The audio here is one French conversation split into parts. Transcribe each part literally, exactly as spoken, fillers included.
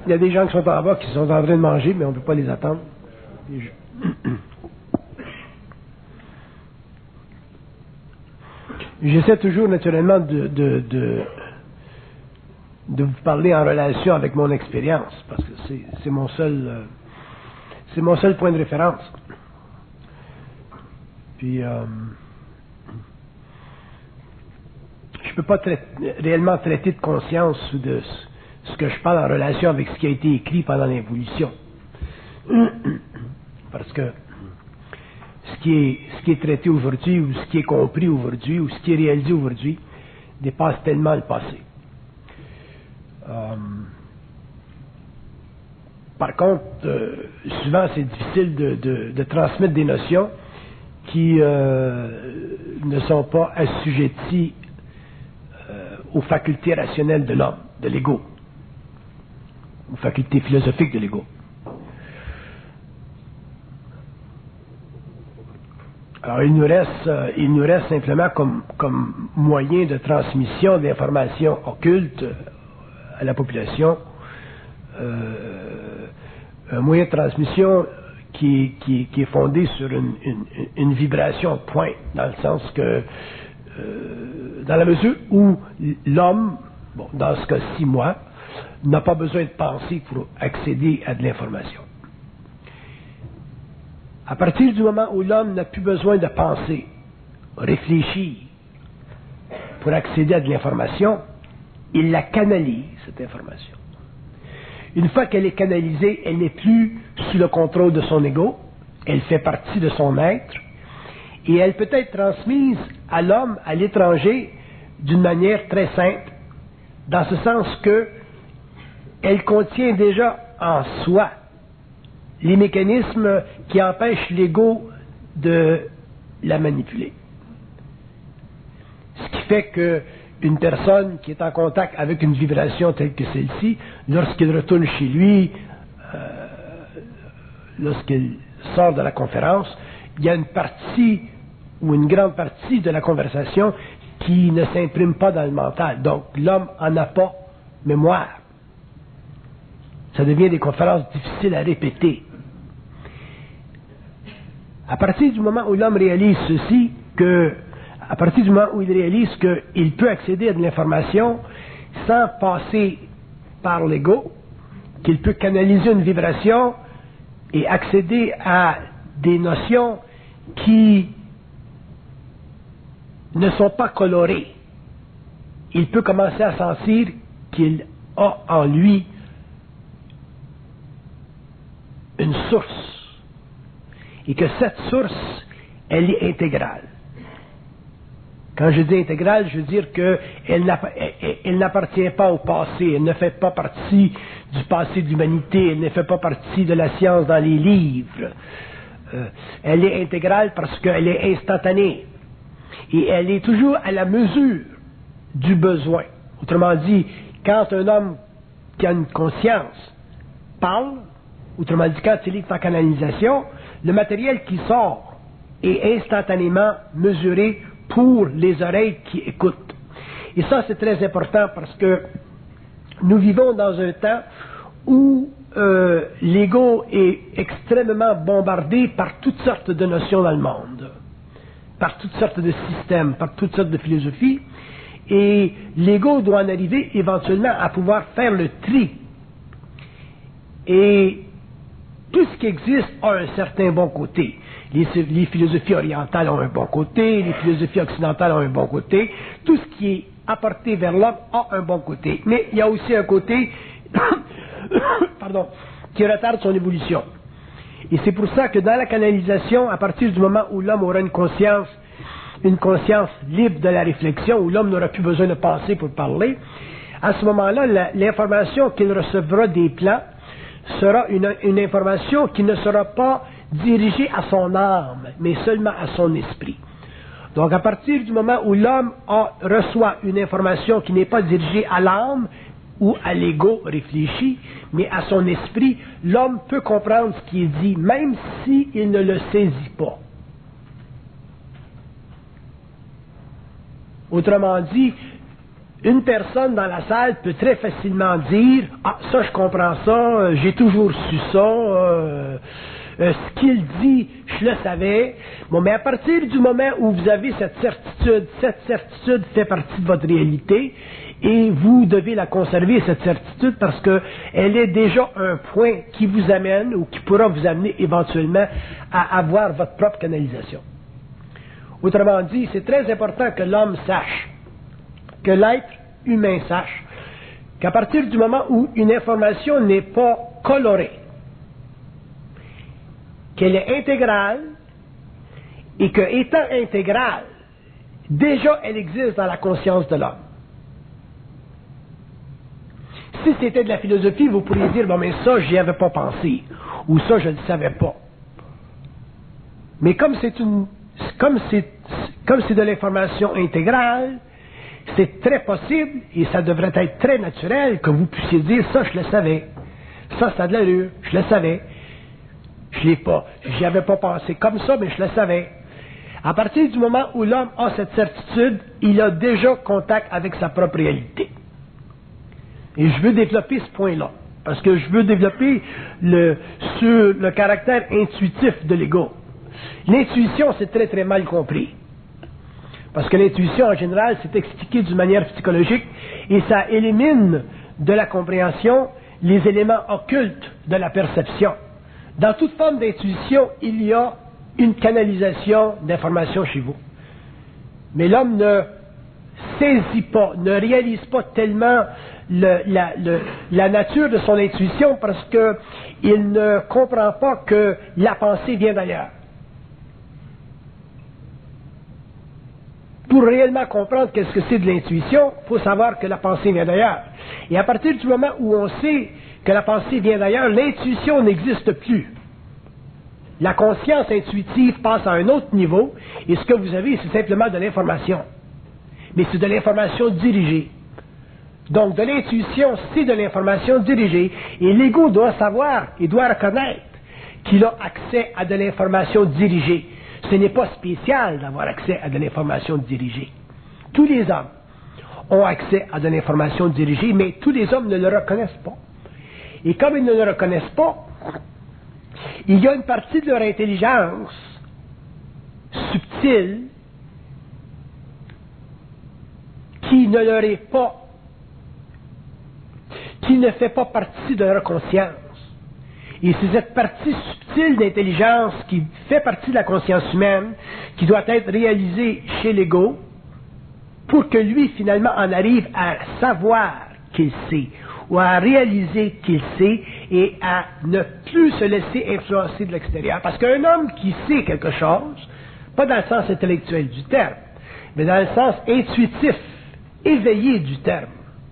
Il y a des gens qui sont en bas qui sont en train de manger, mais on ne peut pas les attendre. Je... J'essaie toujours naturellement de, de, de, de vous parler en relation avec mon expérience, parce que c'est, c'est mon seul euh, c'est mon seul point de référence. Puis euh, je ne peux pas traiter, réellement traiter de conscience ou de ce que je parle en relation avec ce qui a été écrit pendant l'évolution. Parce que ce qui est, ce qui est traité aujourd'hui, ou ce qui est compris aujourd'hui, ou ce qui est réalisé aujourd'hui, dépasse tellement le passé. Euh, par contre, euh, souvent c'est difficile de, de, de transmettre des notions qui euh, ne sont pas assujetties euh, aux facultés rationnelles de l'homme, de l'ego, aux facultés philosophiques de l'ego. Alors il nous reste, euh, il nous reste simplement comme, comme moyen de transmission d'informations occultes à la population, euh, un moyen de transmission qui, qui, qui est fondé sur une, une, une vibration point, dans le sens que, euh, dans la mesure où l'homme, bon, dans ce cas-ci moi, n'a pas besoin de penser pour accéder à de l'information. À partir du moment où l'homme n'a plus besoin de penser, réfléchir pour accéder à de l'information, il la canalise, cette information. Une fois qu'elle est canalisée, elle n'est plus sous le contrôle de son ego, elle fait partie de son être, et elle peut être transmise à l'homme, à l'étranger, d'une manière très simple, dans ce sens que elle contient déjà en soi les mécanismes qui empêchent l'ego de la manipuler. Ce qui fait que une personne qui est en contact avec une vibration telle que celle-ci, lorsqu'il retourne chez lui, euh, lorsqu'il sort de la conférence, il y a une partie ou une grande partie de la conversation qui ne s'imprime pas dans le mental. Donc l'homme en a pas mémoire. Ça devient des conférences difficiles à répéter. À partir du moment où l'homme réalise ceci, que, à partir du moment où il réalise qu'il peut accéder à de l'information sans passer par l'ego, qu'il peut canaliser une vibration et accéder à des notions qui ne sont pas colorées, il peut commencer à sentir qu'il a en lui une source. Et que cette source, elle est intégrale. Quand je dis intégrale, je veux dire qu'elle n'appartient pas au passé, elle ne fait pas partie du passé de l'humanité, elle ne fait pas partie de la science dans les livres. Euh, elle est intégrale parce qu'elle est instantanée. Et elle est toujours à la mesure du besoin. Autrement dit, quand un homme qui a une conscience parle, autrement dit, quand il est en canalisation, le matériel qui sort est instantanément mesuré pour les oreilles qui écoutent. Et ça, c'est très important parce que nous vivons dans un temps où euh, l'ego est extrêmement bombardé par toutes sortes de notions dans le monde, par toutes sortes de systèmes, par toutes sortes de philosophies, et l'ego doit en arriver éventuellement à pouvoir faire le tri. Et tout ce qui existe a un certain bon côté. Les, les philosophies orientales ont un bon côté, les philosophies occidentales ont un bon côté. Tout ce qui est apporté vers l'homme a un bon côté. Mais il y a aussi un côté pardon, qui retarde son évolution. Et c'est pour ça que dans la canalisation, à partir du moment où l'homme aura une conscience, une conscience libre de la réflexion, où l'homme n'aura plus besoin de penser pour parler, à ce moment-là, la, l'information qu'il recevra des plans sera une, une information qui ne sera pas dirigée à son âme, mais seulement à son esprit. Donc à partir du moment où l'homme a, reçoit une information qui n'est pas dirigée à l'âme ou à l'ego réfléchi, mais à son esprit, l'homme peut comprendre ce qui est dit, même s'il ne le saisit pas. Autrement dit, une personne dans la salle peut très facilement dire « Ah, ça, je comprends ça, euh, j'ai toujours su ça, euh, euh, ce qu'il dit, je le savais. » Bon, mais à partir du moment où vous avez cette certitude, cette certitude fait partie de votre réalité, et vous devez la conserver, cette certitude, parce qu'elle est déjà un point qui vous amène, ou qui pourra vous amener éventuellement à avoir votre propre canalisation. Autrement dit, c'est très important que l'homme sache, que l'être humain sache, qu'à partir du moment où une information n'est pas colorée, qu'elle est intégrale, et que, étant intégrale, déjà elle existe dans la conscience de l'homme. Si c'était de la philosophie, vous pourriez dire, bon, mais ça, j'y avais pas pensé, ou ça, je ne le savais pas. Mais comme c'est une, comme c'est, comme c'est de l'information intégrale, c'est très possible, et ça devrait être très naturel, que vous puissiez dire, ça, je le savais. Ça, ça a de l'allure, je le savais. Je l'ai pas, j'y avais pas pensé comme ça, mais je le savais. À partir du moment où l'homme a cette certitude, il a déjà contact avec sa propre réalité. Et je veux développer ce point-là, parce que je veux développer le, sur le caractère intuitif de l'ego. L'intuition, c'est très très mal compris. Parce que l'intuition, en général, c'est expliqué d'une manière psychologique, et ça élimine de la compréhension les éléments occultes de la perception. Dans toute forme d'intuition, il y a une canalisation d'informations chez vous. Mais l'homme ne saisit pas, ne réalise pas tellement le, la, le, la nature de son intuition parce qu'il ne comprend pas que la pensée vient d'ailleurs. Pour réellement comprendre qu'est-ce que c'est de l'intuition, il faut savoir que la pensée vient d'ailleurs. Et à partir du moment où on sait que la pensée vient d'ailleurs, l'intuition n'existe plus. La conscience intuitive passe à un autre niveau, et ce que vous avez, c'est simplement de l'information. Mais c'est de l'information dirigée. Donc, de l'intuition, c'est de l'information dirigée, et l'ego doit savoir, il doit reconnaître qu'il a accès à de l'information dirigée. Ce n'est pas spécial d'avoir accès à de l'information dirigée. Tous les hommes ont accès à de l'information dirigée, mais tous les hommes ne le reconnaissent pas. Et comme ils ne le reconnaissent pas, il y a une partie de leur intelligence subtile qui ne leur est pas, qui ne fait pas partie de leur conscience. Et c'est cette partie subtile d'intelligence qui fait partie de la conscience humaine, qui doit être réalisée chez l'ego, pour que lui, finalement, en arrive à savoir qu'il sait, ou à réaliser qu'il sait, et à ne plus se laisser influencer de l'extérieur. Parce qu'un homme qui sait quelque chose, pas dans le sens intellectuel du terme, mais dans le sens intuitif, éveillé du terme,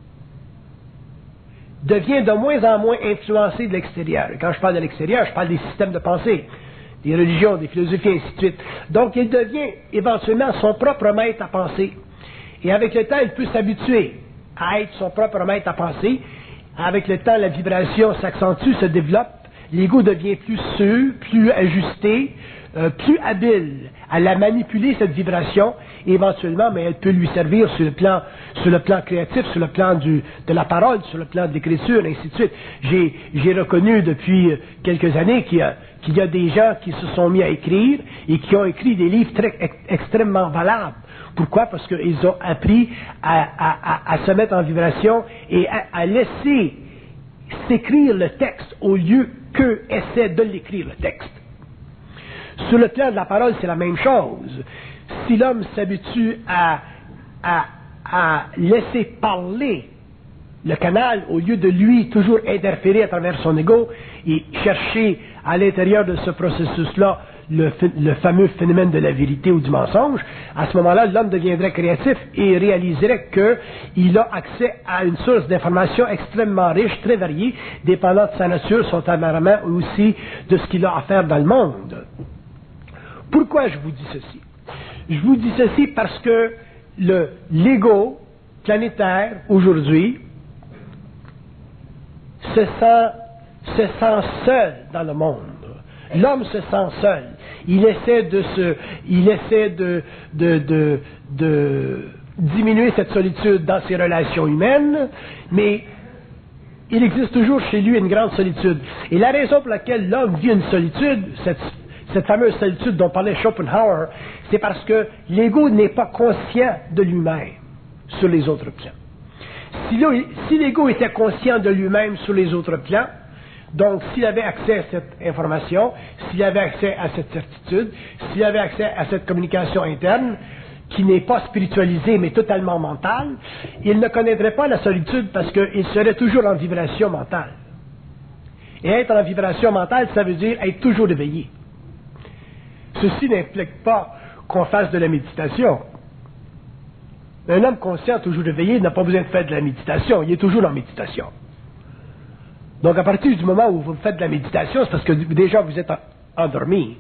devient de moins en moins influencé de l'extérieur. Et quand je parle de l'extérieur, je parle des systèmes de pensée, des religions, des philosophies, ainsi de suite. Donc, il devient éventuellement son propre maître à penser. Et avec le temps, il peut s'habituer à être son propre maître à penser. Avec le temps, la vibration s'accentue, se développe. L'ego devient plus sûr, plus ajusté, euh, plus habile à la manipuler, cette vibration. Et éventuellement, mais elle peut lui servir sur le plan, sur le plan créatif, sur le plan du, de la parole, sur le plan de l'écriture, ainsi de suite. J'ai, j'ai reconnu depuis quelques années qu'il y a, qu'il y a des gens qui se sont mis à écrire et qui ont écrit des livres très, ex, extrêmement valables. Pourquoi? Parce qu'ils ont appris à, à, à, à se mettre en vibration et à, à laisser s'écrire le texte au lieu qu'eux essaient de l'écrire, le texte. Sur le plan de la parole, c'est la même chose. Si l'homme s'habitue à, à, à laisser parler le canal, au lieu de lui toujours interférer à travers son ego et chercher à l'intérieur de ce processus-là le, le fameux phénomène de la vérité ou du mensonge, à ce moment-là, l'homme deviendrait créatif et réaliserait qu'il a accès à une source d'information extrêmement riche, très variée, dépendant de sa nature, son tempérament, ou aussi de ce qu'il a à faire dans le monde. Pourquoi je vous dis ceci? Je vous dis ceci parce que le, l'ego planétaire, aujourd'hui, se sent, se sent seul dans le monde. L'homme se sent seul. Il essaie de se, il essaie de, de, de, de, diminuer cette solitude dans ses relations humaines, mais il existe toujours chez lui une grande solitude. Et la raison pour laquelle l'homme vit une solitude, cette, cette fameuse solitude dont parlait Schopenhauer, c'est parce que l'ego n'est pas conscient de lui-même sur les autres plans. Si, si l'ego était conscient de lui-même sur les autres plans, donc s'il avait accès à cette information, s'il avait accès à cette certitude, s'il avait accès à cette communication interne, qui n'est pas spiritualisée mais totalement mentale, il ne connaîtrait pas la solitude parce qu'il serait toujours en vibration mentale. Et être en vibration mentale, ça veut dire être toujours éveillé. Ceci n'implique pas qu'on fasse de la méditation. Un homme conscient, toujours éveillé, n'a pas besoin de faire de la méditation, il est toujours en méditation. Donc à partir du moment où vous faites de la méditation, c'est parce que déjà vous êtes endormi.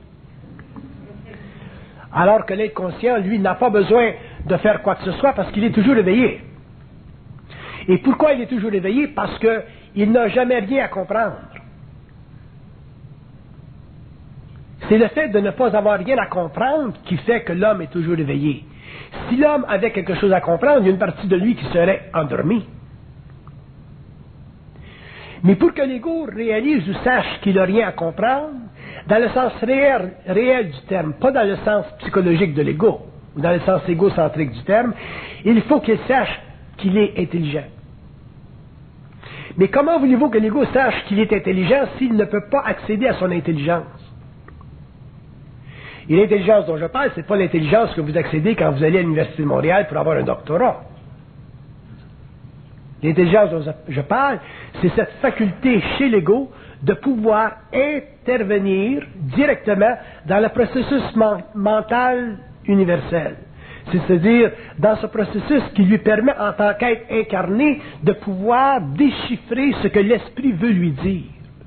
Alors que l'être conscient, lui, n'a pas besoin de faire quoi que ce soit parce qu'il est toujours éveillé. Et pourquoi il est toujours éveillé? Parce qu'il n'a jamais rien à comprendre. C'est le fait de ne pas avoir rien à comprendre qui fait que l'homme est toujours éveillé. Si l'homme avait quelque chose à comprendre, il y a une partie de lui qui serait endormie. Mais pour que l'ego réalise ou sache qu'il n'a rien à comprendre, dans le sens réel, réel du terme, pas dans le sens psychologique de l'ego, ou dans le sens égocentrique du terme, il faut qu'il sache qu'il est intelligent. Mais comment voulez-vous que l'ego sache qu'il est intelligent s'il ne peut pas accéder à son intelligence? Et l'intelligence dont je parle, ce n'est pas l'intelligence que vous accédez quand vous allez à l'Université de Montréal pour avoir un doctorat. L'intelligence dont je parle, c'est cette faculté chez l'ego de pouvoir intervenir directement dans le processus man- mental universel. C'est-à-dire dans ce processus qui lui permet, en tant qu'être incarné, de pouvoir déchiffrer ce que l'esprit veut lui dire.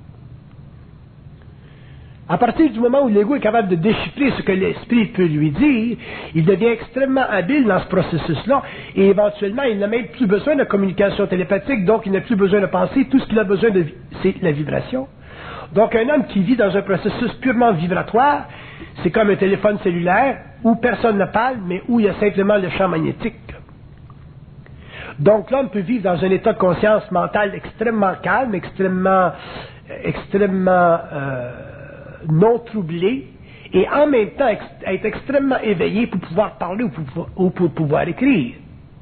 À partir du moment où l'ego est capable de déchiffrer ce que l'esprit peut lui dire, il devient extrêmement habile dans ce processus-là, et éventuellement, il n'a même plus besoin de communication télépathique, donc il n'a plus besoin de penser, tout ce qu'il a besoin de, c'est la vibration. Donc un homme qui vit dans un processus purement vibratoire, c'est comme un téléphone cellulaire, où personne ne parle, mais où il y a simplement le champ magnétique. Donc l'homme peut vivre dans un état de conscience mentale extrêmement calme, extrêmement, extrêmement euh, non troublé, et en même temps ex- être extrêmement éveillé pour pouvoir parler ou pour, ou pour pouvoir écrire.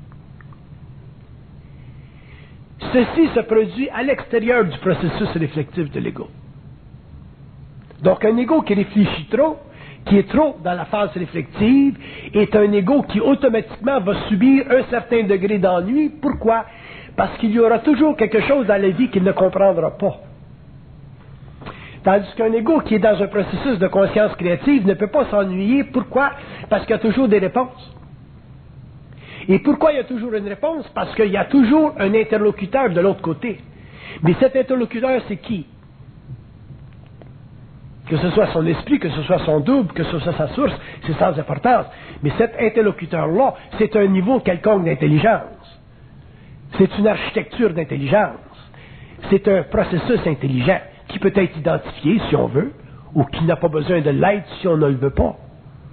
Ceci se produit à l'extérieur du processus réflectif de l'ego. Donc un ego qui réfléchit trop, qui est trop dans la phase réflexive, est un ego qui automatiquement va subir un certain degré d'ennui. Pourquoi? Parce qu'il y aura toujours quelque chose dans la vie qu'il ne comprendra pas. Tandis qu'un ego qui est dans un processus de conscience créative ne peut pas s'ennuyer. Pourquoi? Parce qu'il y a toujours des réponses. Et pourquoi il y a toujours une réponse? Parce qu'il y a toujours un interlocuteur de l'autre côté. Mais cet interlocuteur, c'est qui? Que ce soit son esprit, que ce soit son double, que ce soit sa source, c'est sans importance. Mais cet interlocuteur-là, c'est un niveau quelconque d'intelligence. C'est une architecture d'intelligence. C'est un processus intelligent qui peut être identifié si on veut, ou qui n'a pas besoin de l'être si on ne le veut pas.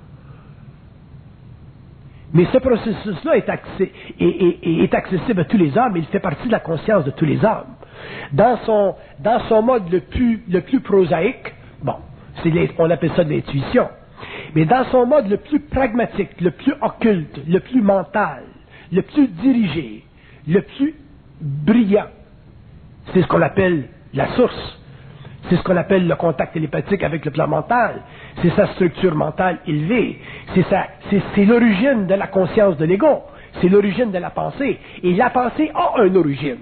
Mais ce processus-là est, accès, est, est, est accessible à tous les hommes, il fait partie de la conscience de tous les hommes. Dans son, dans son mode le plus, le plus prosaïque, bon, c'est on appelle ça de l'intuition, mais dans son mode le plus pragmatique, le plus occulte, le plus mental, le plus dirigé, le plus brillant, c'est ce qu'on appelle la source. C'est ce qu'on appelle le contact télépathique avec le plan mental. C'est sa structure mentale élevée. C'est, sa, c'est, c'est l'origine de la conscience de l'ego. C'est l'origine de la pensée. Et la pensée a une origine.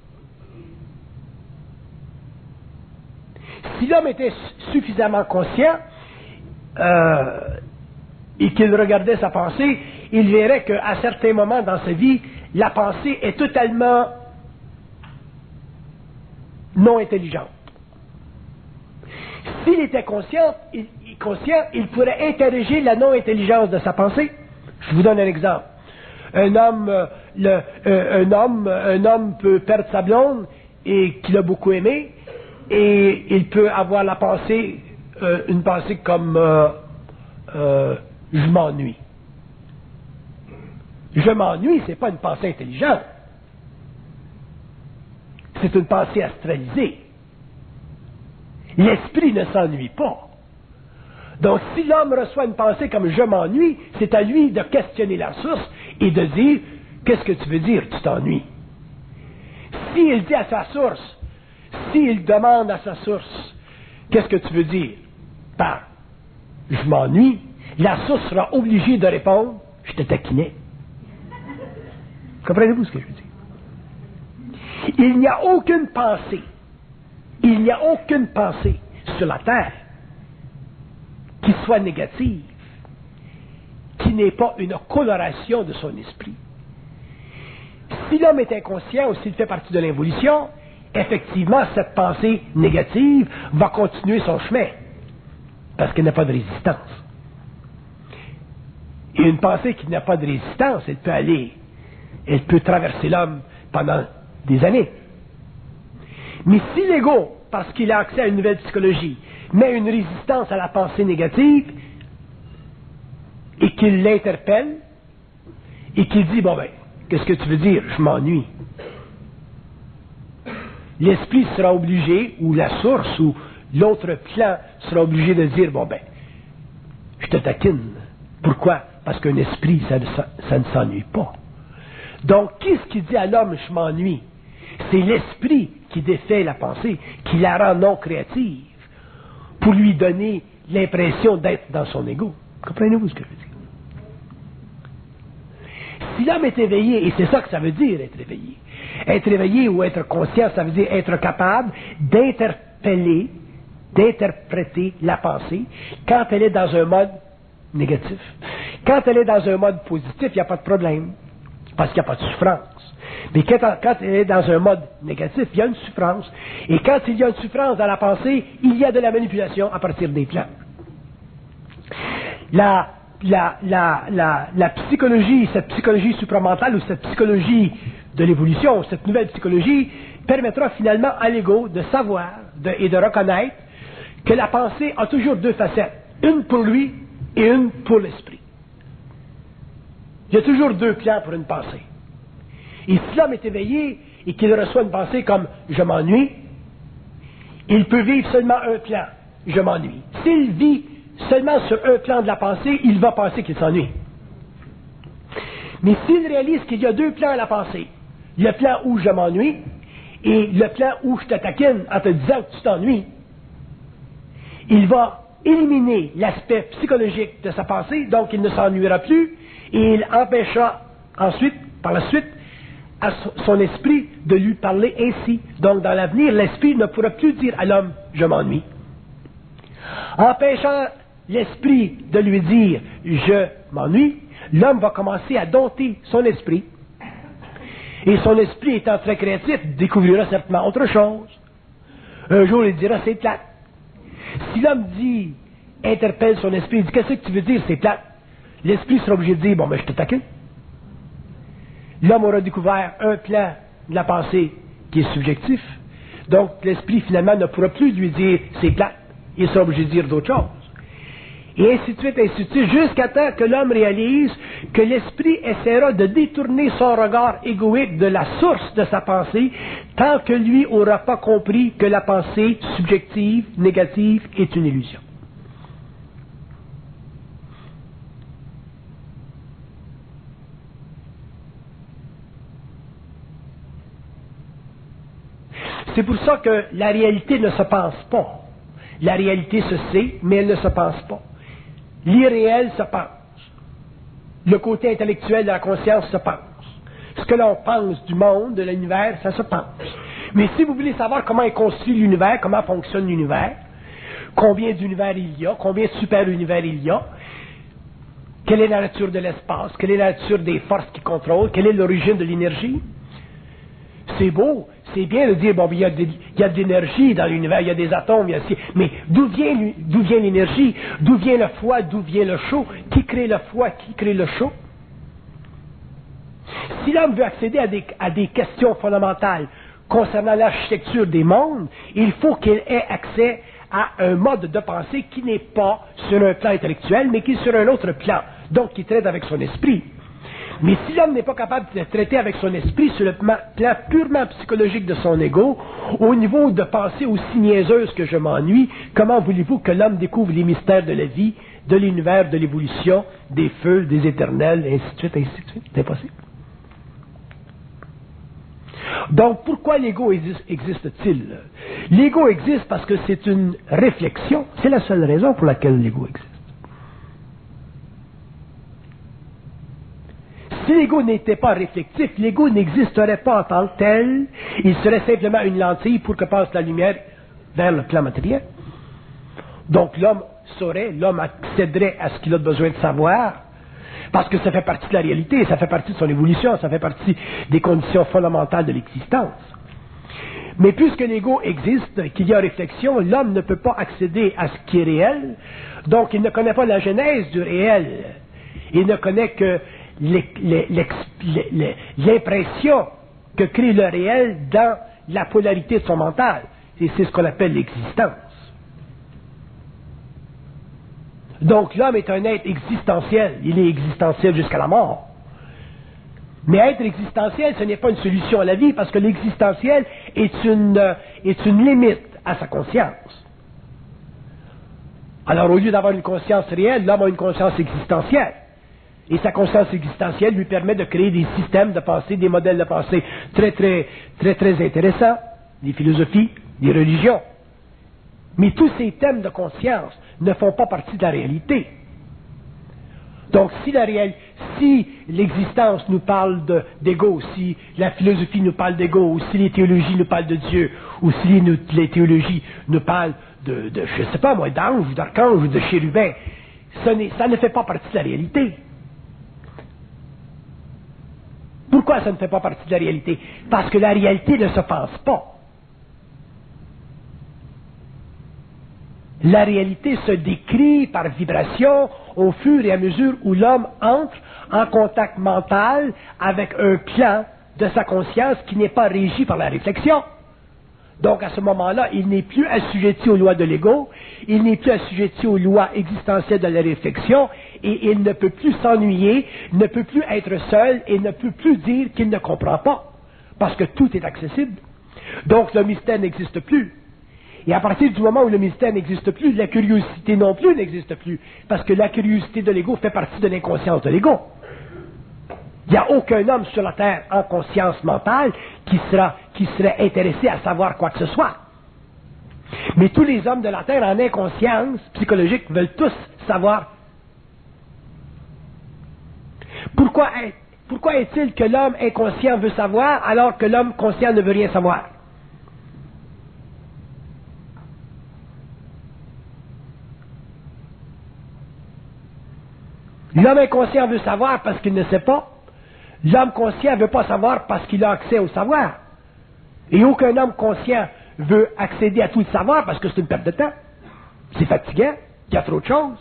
Si l'homme était suffisamment conscient euh, et qu'il regardait sa pensée, il verrait qu'à certains moments dans sa vie, la pensée est totalement non intelligente. S'il était conscient il, conscient, il pourrait interroger la non-intelligence de sa pensée. Je vous donne un exemple. Un homme, euh, le, euh, un homme, un homme peut perdre sa blonde et qu'il a beaucoup aimé, et il peut avoir la pensée, euh, une pensée comme euh, euh, je m'ennuie. Je m'ennuie, ce n'est pas une pensée intelligente. C'est une pensée astralisée. L'esprit ne s'ennuie pas. Donc, si l'homme reçoit une pensée comme je m'ennuie, c'est à lui de questionner la source et de dire, qu'est-ce que tu veux dire, tu t'ennuies? S'il dit à sa source, s'il demande à sa source, qu'est-ce que tu veux dire? Ben, je m'ennuie. La source sera obligée de répondre, je te taquinais. Comprenez-vous ce que je veux dire? Il n'y a aucune pensée, il n'y a aucune pensée sur la terre qui soit négative, qui n'ait pas une coloration de son esprit. Si l'homme est inconscient ou s'il fait partie de l'involution, effectivement, cette pensée négative va continuer son chemin, parce qu'elle n'a pas de résistance. Et une pensée qui n'a pas de résistance, elle peut aller, elle peut traverser l'homme pendant des années. Mais si l'ego, parce qu'il a accès à une nouvelle psychologie, met une résistance à la pensée négative, et qu'il l'interpelle, et qu'il dit, bon ben, qu'est-ce que tu veux dire? Je m'ennuie. L'esprit sera obligé, ou la source, ou l'autre plan sera obligé de dire, bon ben, je te taquine. Pourquoi? Parce qu'un esprit, ça, ça, ça ne s'ennuie pas. Donc, qu'est-ce qui dit à l'homme, je m'ennuie? C'est l'esprit qui défait la pensée, qui la rend non créative, pour lui donner l'impression d'être dans son ego. Comprenez-vous ce que je veux dire? Si l'homme est éveillé, et c'est ça que ça veut dire, être éveillé. Être éveillé ou être conscient, ça veut dire être capable d'interpeller, d'interpréter la pensée quand elle est dans un mode négatif. Quand elle est dans un mode positif, il n'y a pas de problème, parce qu'il n'y a pas de souffrance. Mais quand, quand elle est dans un mode négatif, il y a une souffrance. Et quand il y a une souffrance dans la pensée, il y a de la manipulation à partir des plans. La, la, la, la, la psychologie, cette psychologie supramentale ou cette psychologie de l'évolution, cette nouvelle psychologie, permettra finalement à l'ego de savoir de, et de reconnaître que la pensée a toujours deux facettes, une pour lui et une pour l'esprit. Il y a toujours deux plans pour une pensée. Et si l'homme est éveillé et qu'il reçoit une pensée comme « je m'ennuie », il peut vivre seulement un plan, « je m'ennuie ». S'il vit seulement sur un plan de la pensée, il va penser qu'il s'ennuie. Mais s'il réalise qu'il y a deux plans à la pensée, le plan où je m'ennuie et le plan où je te taquine en te disant que tu t'ennuies, il va éliminer l'aspect psychologique de sa pensée, donc il ne s'ennuiera plus, et il empêchera ensuite, par la suite, à son esprit de lui parler ainsi. Donc dans l'avenir, l'esprit ne pourra plus dire à l'homme « je m'ennuie ». Empêchant l'esprit de lui dire « je m'ennuie », l'homme va commencer à dompter son esprit. Et son esprit étant très créatif, découvrira certainement autre chose. Un jour, il dira « c'est plate ». Si l'homme dit, interpelle son esprit, il dit « qu'est-ce que tu veux dire, c'est plate », l'esprit sera obligé de dire « bon, ben je te taquine ». L'homme aura découvert un plan de la pensée qui est subjectif. Donc, l'esprit, finalement, ne pourra plus lui dire « c'est plate ». Il sera obligé de dire d'autres choses. Et ainsi de suite, ainsi de suite, jusqu'à temps que l'homme réalise que l'esprit essaiera de détourner son regard égoïque de la source de sa pensée, tant que lui n'aura pas compris que la pensée subjective, négative, est une illusion. C'est pour ça que la réalité ne se pense pas. La réalité se sait, mais elle ne se pense pas. L'irréel se pense. Le côté intellectuel de la conscience se pense. Ce que l'on pense du monde, de l'univers, ça se pense. Mais si vous voulez savoir comment est construit l'univers, comment fonctionne l'univers, combien d'univers il y a, combien de super-univers il y a, quelle est la nature de l'espace, quelle est la nature des forces qui contrôlent, quelle est l'origine de l'énergie, c'est beau, c'est bien de dire, bon, il y a de, il y a de l'énergie dans l'univers, il y a des atomes, il y a ci, mais d'où vient, d'où vient l'énergie, d'où vient le froid, d'où vient le chaud, qui crée le froid, qui crée le chaud? Si l'homme veut accéder à des, à des questions fondamentales concernant l'architecture des mondes, il faut qu'il ait accès à un mode de pensée qui n'est pas sur un plan intellectuel, mais qui est sur un autre plan, donc qui traite avec son esprit. Mais si l'homme n'est pas capable de traiter avec son esprit sur le plan purement psychologique de son ego, au niveau de pensée aussi niaiseuse que je m'ennuie, comment voulez-vous que l'homme découvre les mystères de la vie, de l'univers, de l'évolution, des feux, des éternels, et ainsi de suite, ainsi de suite? C'est impossible. Donc, pourquoi l'ego existe-t-il? L'ego existe parce que c'est une réflexion. C'est la seule raison pour laquelle l'ego existe. Si l'ego n'était pas réflectif, l'ego n'existerait pas en tant que tel. Il serait simplement une lentille pour que passe la lumière vers le plan matériel. Donc, l'homme saurait, l'homme accéderait à ce qu'il a besoin de savoir, parce que ça fait partie de la réalité, ça fait partie de son évolution, ça fait partie des conditions fondamentales de l'existence. Mais puisque l'ego existe, qu'il y a réflexion, l'homme ne peut pas accéder à ce qui est réel, donc il ne connaît pas la genèse du réel. Il ne connaît que l'impression que crée le réel dans la polarité de son mental. Et c'est ce qu'on appelle l'existence. Donc l'homme est un être existentiel. Il est existentiel jusqu'à la mort. Mais être existentiel, ce n'est pas une solution à la vie, parce que l'existentiel est une, euh, est une limite à sa conscience. Alors au lieu d'avoir une conscience réelle, l'homme a une conscience existentielle. Et sa conscience existentielle lui permet de créer des systèmes de pensée, des modèles de pensée très, très, très, très intéressants, des philosophies, des religions. Mais tous ces thèmes de conscience ne font pas partie de la réalité. Donc, si la réelle, si l'existence nous parle d'ego, si la philosophie nous parle d'ego, ou si les théologies nous parlent de Dieu, ou si les, les théologies nous parlent de, de je ne sais pas moi, d'ange, ou d'archange, ou de chérubin, ça, ça ne fait pas partie de la réalité. Pourquoi ça ne fait pas partie de la réalité? Parce que la réalité ne se pense pas. La réalité se décrit par vibration au fur et à mesure où l'homme entre en contact mental avec un plan de sa conscience qui n'est pas régi par la réflexion. Donc à ce moment-là, il n'est plus assujetti aux lois de l'ego, il n'est plus assujetti aux lois existentielles de la réflexion, et il ne peut plus s'ennuyer, ne peut plus être seul, et ne peut plus dire qu'il ne comprend pas, parce que tout est accessible. Donc le mystère n'existe plus. Et à partir du moment où le mystère n'existe plus, la curiosité non plus n'existe plus, parce que la curiosité de l'ego fait partie de l'inconscience de l'ego. Il n'y a aucun homme sur la Terre en conscience mentale qui, sera, qui serait intéressé à savoir quoi que ce soit. Mais tous les hommes de la Terre en inconscience psychologique veulent tous savoir. Pourquoi, est, pourquoi est-il que l'homme inconscient veut savoir alors que l'homme conscient ne veut rien savoir? L'homme inconscient veut savoir parce qu'il ne sait pas. L'homme conscient ne veut pas savoir parce qu'il a accès au savoir. Et aucun homme conscient veut accéder à tout le savoir parce que c'est une perte de temps. C'est fatigant, il y a trop de choses.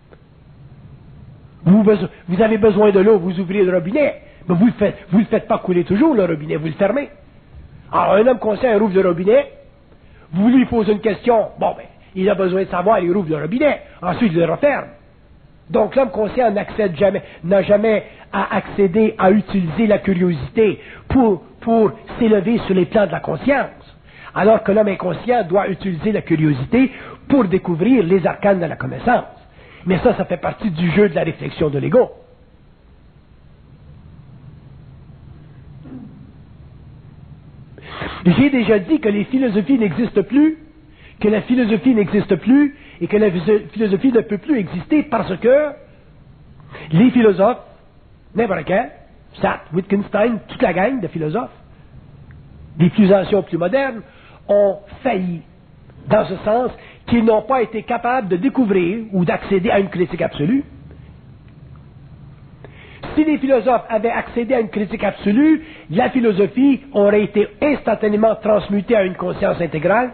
Vous, vous avez besoin de l'eau, vous ouvrez le robinet, mais vous ne le, vous le faites pas couler toujours, le robinet, vous le fermez. Alors un homme conscient, il rouvre le robinet, vous lui posez une question, bon ben, il a besoin de savoir, il rouvre le robinet, ensuite il le referme. Donc l'homme conscient n'accède jamais, n'a jamais à accéder à utiliser la curiosité pour, pour s'élever sur les plans de la conscience. Alors que l'homme inconscient doit utiliser la curiosité pour découvrir les arcanes de la connaissance. Mais ça, ça fait partie du jeu de la réflexion de l'ego. J'ai déjà dit que les philosophies n'existent plus, que la philosophie n'existe plus, et que la philosophie ne peut plus exister parce que les philosophes, n'importe quel, Sartre, Wittgenstein, toute la gang de philosophes, des plus anciens, plus modernes, ont failli, dans ce sens qu'ils n'ont pas été capables de découvrir ou d'accéder à une critique absolue. Si les philosophes avaient accédé à une critique absolue, la philosophie aurait été instantanément transmutée à une conscience intégrale.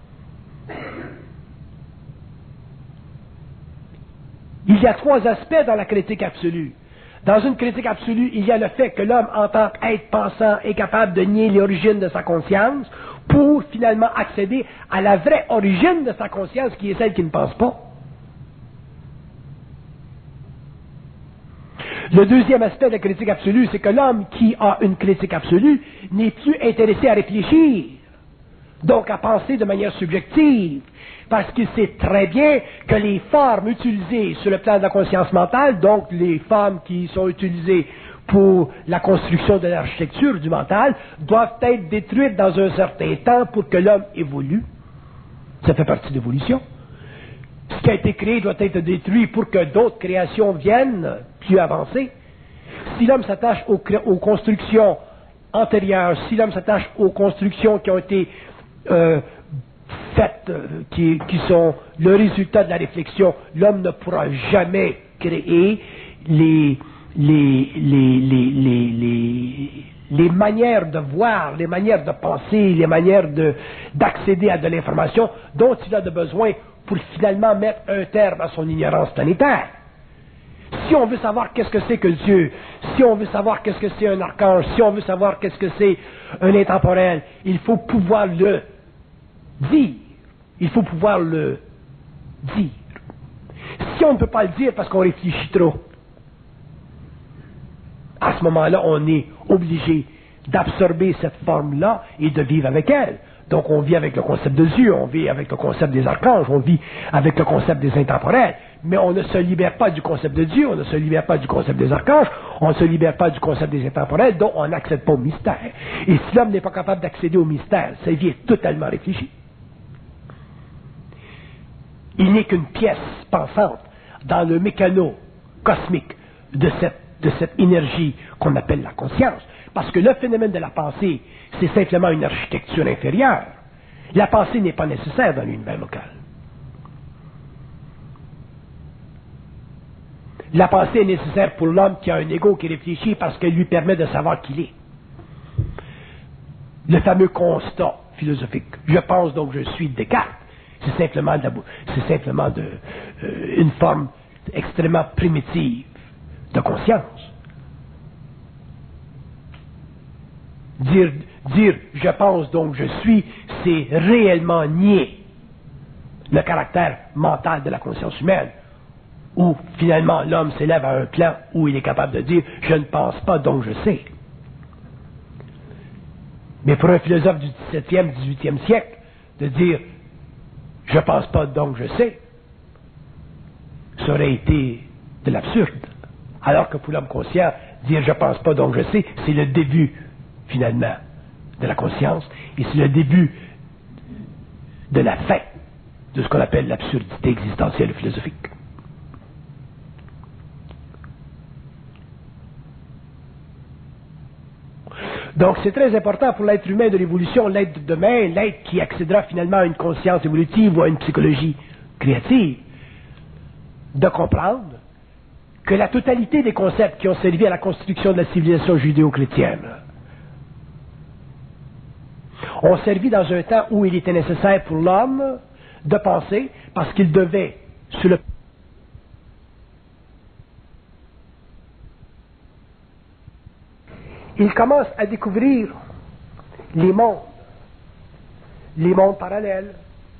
Il y a trois aspects dans la critique absolue. Dans une critique absolue, il y a le fait que l'homme, en tant qu'être pensant, est capable de nier l'origine de sa conscience pour finalement accéder à la vraie origine de sa conscience, qui est celle qui ne pense pas. Le deuxième aspect de la critique absolue, c'est que l'homme qui a une critique absolue n'est plus intéressé à réfléchir, donc à penser de manière subjective, parce qu'il sait très bien que les formes utilisées sur le plan de la conscience mentale, donc les formes qui sont utilisées pour la construction de l'architecture du mental, doivent être détruites dans un certain temps pour que l'homme évolue. Ça fait partie de l'évolution. Ce qui a été créé doit être détruit pour que d'autres créations viennent plus avancées. Si l'homme s'attache aux, aux constructions antérieures, si l'homme s'attache aux constructions qui ont été euh, faites, euh, qui, qui sont le résultat de la réflexion, l'homme ne pourra jamais créer les, les, les, les, les, les, les manières de voir, les manières de penser, les manières de, d'accéder à de l'information dont il a de besoin pour finalement mettre un terme à son ignorance planétaire. Si on veut savoir qu'est-ce que c'est que Dieu, si on veut savoir qu'est-ce que c'est un archange, si on veut savoir qu'est-ce que c'est un intemporel, il faut pouvoir le dire. Il faut pouvoir le dire. Si on ne peut pas le dire parce qu'on réfléchit trop, à ce moment-là, on est obligé d'absorber cette forme-là et de vivre avec elle. Donc on vit avec le concept de Dieu, on vit avec le concept des archanges, on vit avec le concept des intemporels, mais on ne se libère pas du concept de Dieu, on ne se libère pas du concept des archanges, on ne se libère pas du concept des intemporels, donc on n'accède pas au mystère. Et si l'homme n'est pas capable d'accéder au mystère, sa vie est totalement réfléchie. Il n'est qu'une pièce pensante dans le mécano cosmique de cette, de cette énergie qu'on appelle la conscience. Parce que le phénomène de la pensée, c'est simplement une architecture inférieure. La pensée n'est pas nécessaire dans l'univers local. La pensée est nécessaire pour l'homme qui a un ego qui réfléchit parce qu'elle lui permet de savoir qui il est. Le fameux constat philosophique. Je pense donc je suis Descartes. C'est simplement, de la, c'est simplement de, euh, une forme extrêmement primitive de conscience. Dire, dire je pense donc je suis, c'est réellement nier le caractère mental de la conscience humaine, où finalement l'homme s'élève à un plan où il est capable de dire je ne pense pas donc je sais. Mais pour un philosophe du dix-septième, dix-huitième siècle, de dire je ne pense pas donc je sais, ça aurait été de l'absurde. Alors que pour l'homme conscient, dire je ne pense pas donc je sais, c'est le début finalement de la conscience, et c'est le début de la fin de ce qu'on appelle l'absurdité existentielle et philosophique. Donc c'est très important pour l'être humain de l'évolution, l'être de demain, l'être qui accédera finalement à une conscience évolutive ou à une psychologie créative, de comprendre que la totalité des concepts qui ont servi à la construction de la civilisation judéo-chrétienne ont servi dans un temps où il était nécessaire pour l'homme de penser parce qu'il devait, sur le il commence à découvrir les mondes, les mondes parallèles,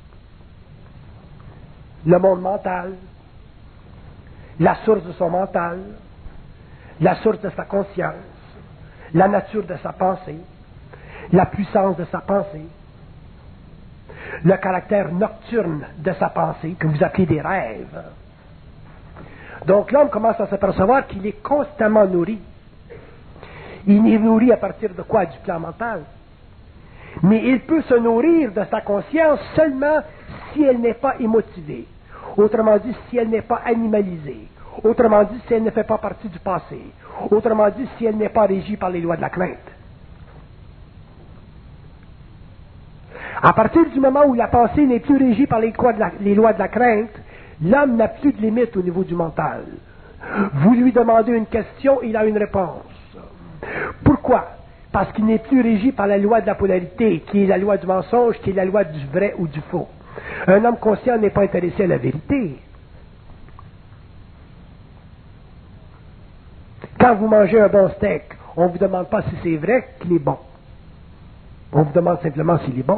le monde mental, la source de son mental, la source de sa conscience, la nature de sa pensée, la puissance de sa pensée, le caractère nocturne de sa pensée, que vous appelez des rêves. Donc l'homme commence à s'apercevoir qu'il est constamment nourri. Il est nourri à partir de quoi? Du plan mental. Mais il peut se nourrir de sa conscience seulement si elle n'est pas émotivée. Autrement dit, si elle n'est pas animalisée. Autrement dit, si elle ne fait pas partie du passé. Autrement dit, si elle n'est pas régie par les lois de la crainte. À partir du moment où la pensée n'est plus régie par les lois de la, les lois de la crainte, l'homme n'a plus de limite au niveau du mental. Vous lui demandez une question, il a une réponse. Pourquoi? Parce qu'il n'est plus régi par la loi de la polarité, qui est la loi du mensonge, qui est la loi du vrai ou du faux. Un homme conscient n'est pas intéressé à la vérité. Quand vous mangez un bon steak, on ne vous demande pas si c'est vrai qu'il est bon. On vous demande simplement s'il est bon.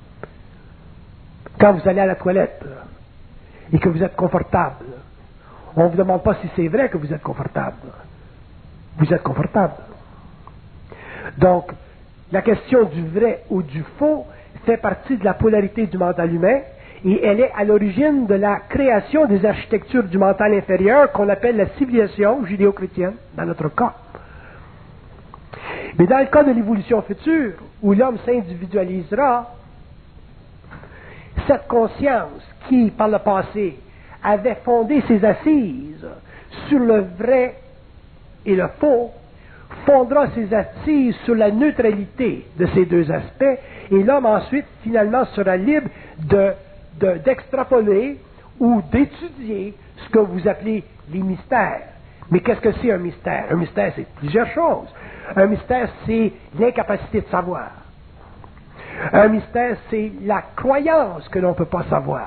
Quand vous allez à la toilette et que vous êtes confortable, On ne vous demande pas si c'est vrai que vous êtes confortable. Vous êtes confortable. Donc, la question du vrai ou du faux fait partie de la polarité du mental humain et elle est à l'origine de la création des architectures du mental inférieur qu'on appelle la civilisation judéo-chrétienne, dans notre cas. Mais dans le cas de l'évolution future, où l'homme s'individualisera, cette conscience qui, par le passé, avait fondé ses assises sur le vrai et le faux, fondera ses assises sur la neutralité de ces deux aspects, et l'homme ensuite, finalement, sera libre de, de, d'extrapoler ou d'étudier ce que vous appelez les mystères. Mais qu'est-ce que c'est un mystère? Un mystère, c'est plusieurs choses. Un mystère, c'est l'incapacité de savoir. Un mystère, c'est la croyance que l'on ne peut pas savoir.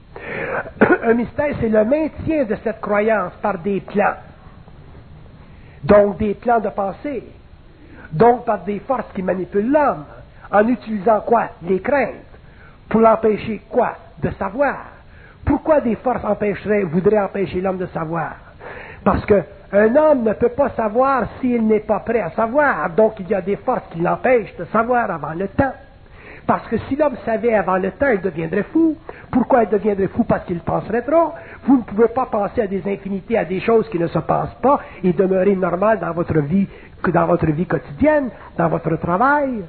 Un mystère, c'est le maintien de cette croyance par des plans. Donc des plans de pensée. Donc par des forces qui manipulent l'homme. En utilisant quoi? Les craintes. Pour l'empêcher quoi? De savoir. Pourquoi des forces empêcheraient, voudraient empêcher l'homme de savoir? Parce qu'un homme ne peut pas savoir s'il n'est pas prêt à savoir. Donc il y a des forces qui l'empêchent de savoir avant le temps. Parce que si l'homme savait avant le temps, il deviendrait fou. Pourquoi il deviendrait fou? Parce qu'il penserait trop. Vous ne pouvez pas penser à des infinités, à des choses qui ne se passent pas et demeurer normal dans votre vie, dans votre vie quotidienne, dans votre travail.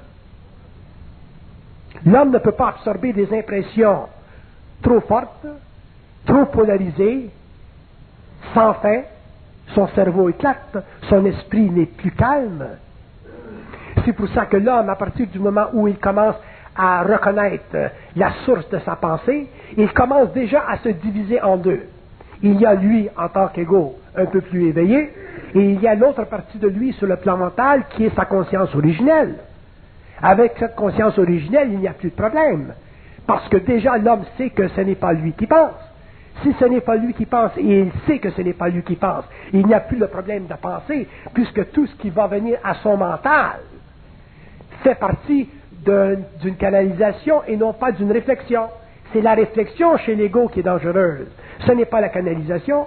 L'homme ne peut pas absorber des impressions trop fortes, trop polarisées, sans fin. Son cerveau éclate, son esprit n'est plus calme. C'est pour ça que l'homme, à partir du moment où il commence à reconnaître la source de sa pensée, il commence déjà à se diviser en deux. Il y a lui, en tant qu'égo, un peu plus éveillé, et il y a l'autre partie de lui sur le plan mental qui est sa conscience originelle. Avec cette conscience originelle, il n'y a plus de problème. Parce que déjà, l'homme sait que ce n'est pas lui qui pense. Si ce n'est pas lui qui pense, et il sait que ce n'est pas lui qui pense, il n'y a plus le problème de penser, puisque tout ce qui va venir à son mental fait partie d'une canalisation et non pas d'une réflexion. C'est la réflexion chez l'ego qui est dangereuse. Ce n'est pas la canalisation.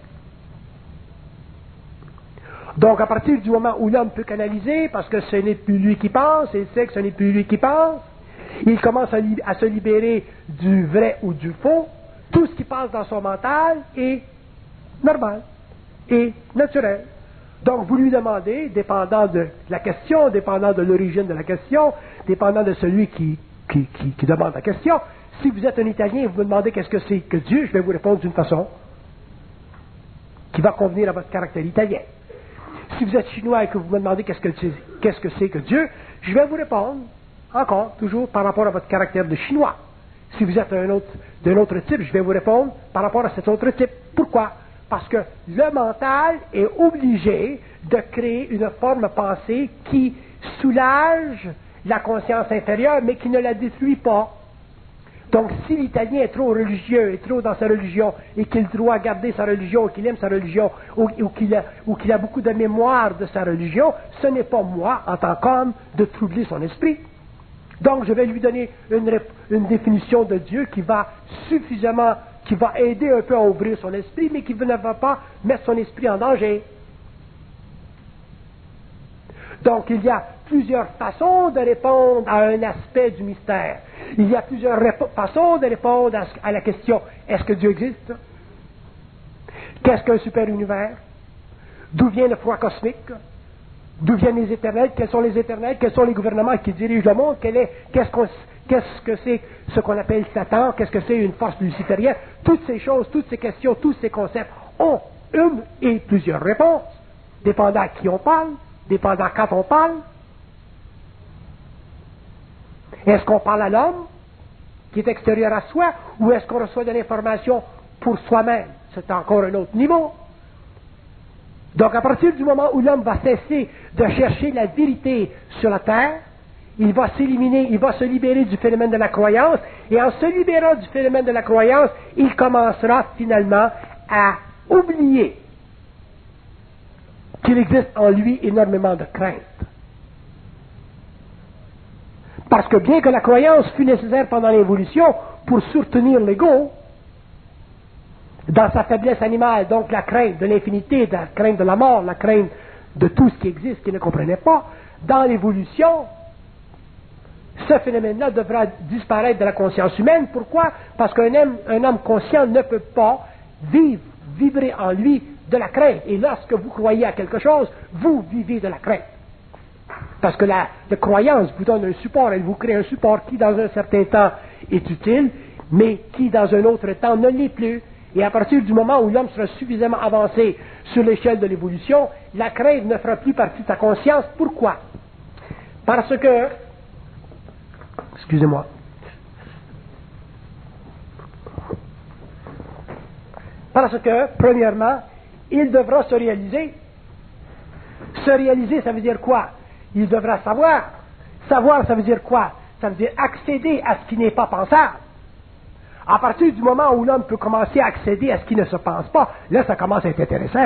Donc, à partir du moment où l'homme peut canaliser, parce que ce n'est plus lui qui pense, il sait que ce n'est plus lui qui pense, il commence à, à se libérer du vrai ou du faux. Tout ce qui passe dans son mental est normal et naturel. Donc, vous lui demandez, dépendant de la question, dépendant de l'origine de la question, dépendant de celui qui, qui, qui, qui demande la question, si vous êtes un Italien et vous me demandez qu'est-ce que c'est que Dieu, je vais vous répondre d'une façon qui va convenir à votre caractère italien. Si vous êtes chinois et que vous me demandez qu'est-ce que, qu'est-ce que c'est que Dieu, je vais vous répondre, encore, toujours par rapport à votre caractère de chinois. Si vous êtes un autre, d'un autre type, je vais vous répondre par rapport à cet autre type. Pourquoi? Parce que le mental est obligé de créer une forme de pensée qui soulage la conscience inférieure, mais qui ne la détruit pas. Donc, si l'Italien est trop religieux, est trop dans sa religion, et qu'il doit garder sa religion, ou qu'il aime sa religion, ou, ou qu'il a, ou qu'il a beaucoup de mémoire de sa religion, ce n'est pas moi, en tant qu'homme, de troubler son esprit. Donc, je vais lui donner une, une définition de Dieu qui va suffisamment, qui va aider un peu à ouvrir son esprit, mais qui ne va pas mettre son esprit en danger. Donc, il y a plusieurs façons de répondre à un aspect du mystère. Il y a plusieurs façons de répondre à, à la question, est-ce que Dieu existe? Qu'est-ce qu'un super-univers? D'où vient le froid cosmique? D'où viennent les éternels? Quels sont les éternels? Quels sont les gouvernements qui dirigent le monde? Quel est, qu'est-ce, qu'on, qu'est-ce que c'est ce qu'on appelle Satan? Qu'est-ce que c'est une force luciférienne? Toutes ces choses, toutes ces questions, tous ces concepts ont une et plusieurs réponses, dépendant à qui on parle, dépendant quand on parle. Est-ce qu'on parle à l'homme, qui est extérieur à soi, ou est-ce qu'on reçoit de l'information pour soi-même? C'est encore un autre niveau. Donc, à partir du moment où l'homme va cesser de chercher la vérité sur la terre, il va s'éliminer, il va se libérer du phénomène de la croyance, et en se libérant du phénomène de la croyance, il commencera finalement à oublier qu'il existe en lui énormément de crainte. Parce que bien que la croyance fut nécessaire pendant l'évolution pour soutenir l'ego, dans sa faiblesse animale, donc la crainte de l'infinité, la crainte de la mort, la crainte de tout ce qui existe qu'il ne comprenait pas, dans l'évolution, ce phénomène-là devra disparaître de la conscience humaine. Pourquoi? Parce qu'un homme, un homme conscient ne peut pas vivre, vibrer en lui de la crainte. Et lorsque vous croyez à quelque chose, vous vivez de la crainte. Parce que la, la croyance vous donne un support, elle vous crée un support qui dans un certain temps est utile, mais qui dans un autre temps ne l'est plus. Et à partir du moment où l'homme sera suffisamment avancé sur l'échelle de l'évolution, la crainte ne fera plus partie de sa conscience. Pourquoi? Parce que, excusez-moi, parce que, premièrement, il devra se réaliser. Se réaliser, ça veut dire quoi? Il devra savoir. Savoir, ça veut dire quoi? Ça veut dire accéder à ce qui n'est pas pensable. À partir du moment où l'homme peut commencer à accéder à ce qui ne se pense pas, là, ça commence à être intéressant.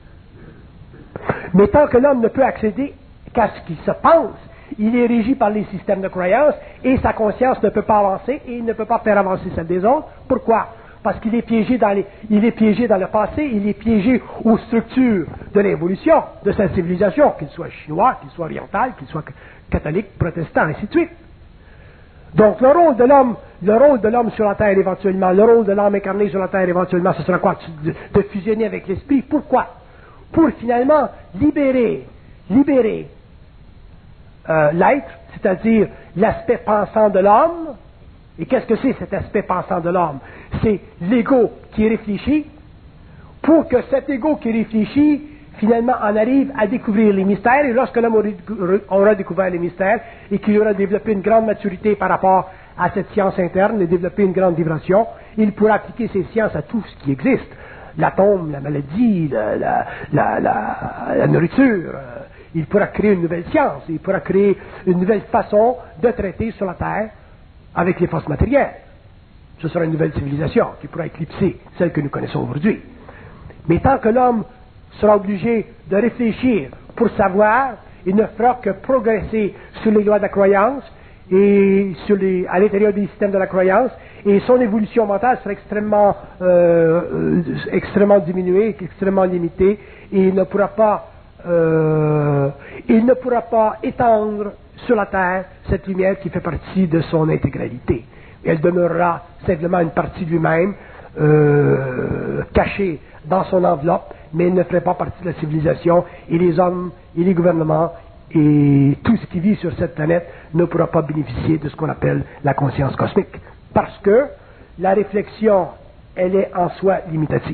Mais tant que l'homme ne peut accéder qu'à ce qui se pense, il est régi par les systèmes de croyance et sa conscience ne peut pas avancer et il ne peut pas faire avancer celle des autres. Pourquoi? Parce qu'il est piégé dans les, il est piégé dans le passé, il est piégé aux structures de l'évolution de sa civilisation, qu'il soit chinois, qu'il soit oriental, qu'il soit catholique, protestant, ainsi de suite. Donc le rôle de l'homme, le rôle de l'homme sur la terre éventuellement, le rôle de l'homme incarné sur la terre éventuellement, ce sera quoi? De, de fusionner avec l'esprit. Pourquoi? Pour finalement libérer, libérer euh, l'être, c'est-à-dire l'aspect pensant de l'homme. Et qu'est-ce que c'est cet aspect pensant de l'homme? C'est l'ego qui réfléchit, pour que cet ego qui réfléchit, finalement, en arrive à découvrir les mystères. Et lorsque l'homme aura découvert les mystères et qu'il aura développé une grande maturité par rapport à cette science interne et développé une grande vibration, il pourra appliquer ces sciences à tout ce qui existe. L'atome, la maladie, la, la, la, la, la nourriture. Il pourra créer une nouvelle science. Il pourra créer une nouvelle façon de traiter sur la Terre avec les forces matérielles. Ce sera une nouvelle civilisation qui pourra éclipser celle que nous connaissons aujourd'hui. Mais tant que l'homme sera obligé de réfléchir pour savoir, il ne fera que progresser sur les lois de la croyance et sur les, à l'intérieur des systèmes de la croyance, et son évolution mentale sera extrêmement, euh, extrêmement diminuée, extrêmement limitée, et il ne pourra pas, euh, il ne pourra pas étendre sur la terre cette lumière qui fait partie de son intégralité. Elle demeurera simplement une partie de lui-même, euh, cachée dans son enveloppe, mais elle ne ferait pas partie de la civilisation, et les hommes et les gouvernements et tout ce qui vit sur cette planète ne pourra pas bénéficier de ce qu'on appelle la conscience cosmique. Parce que la réflexion, elle est en soi limitative.